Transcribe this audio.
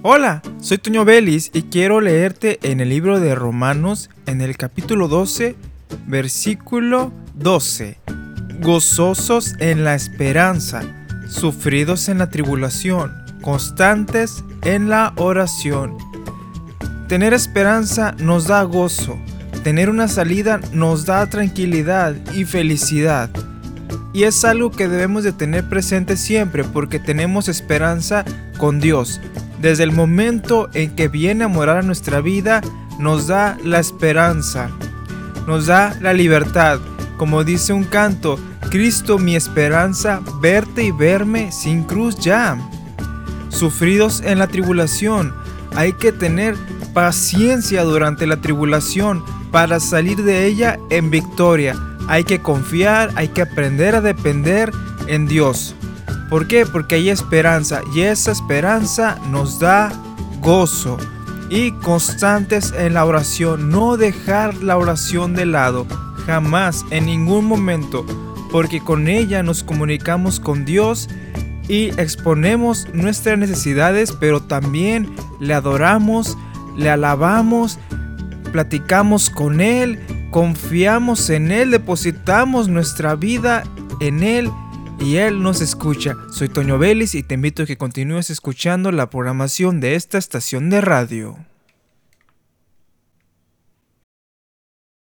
Hola, soy Toño Vélez y quiero leerte en el libro de Romanos, en el capítulo 12, versículo 12. Gozosos en la esperanza, sufridos en la tribulación, constantes en la oración. Tener esperanza nos da gozo, tener una salida nos da tranquilidad y felicidad. Y es algo que debemos de tener presente siempre porque tenemos esperanza con Dios. Desde el momento en que viene a morar a nuestra vida, nos da la esperanza, nos da la libertad. Como dice un canto, Cristo mi esperanza, verte y verme sin cruz ya. Sufridos en la tribulación, hay que tener paciencia durante la tribulación para salir de ella en victoria. Hay que confiar, hay que aprender a depender en Dios. ¿Por qué? Porque hay esperanza y esa esperanza nos da gozo. Y constantes en la oración, no dejar la oración de lado, jamás, en ningún momento, porque con ella nos comunicamos con Dios y exponemos nuestras necesidades, pero también le adoramos, le alabamos, platicamos con Él, confiamos en Él, depositamos nuestra vida en Él y Él nos escucha. Soy Toño Vélez y te invito a que continúes escuchando la programación de esta estación de radio.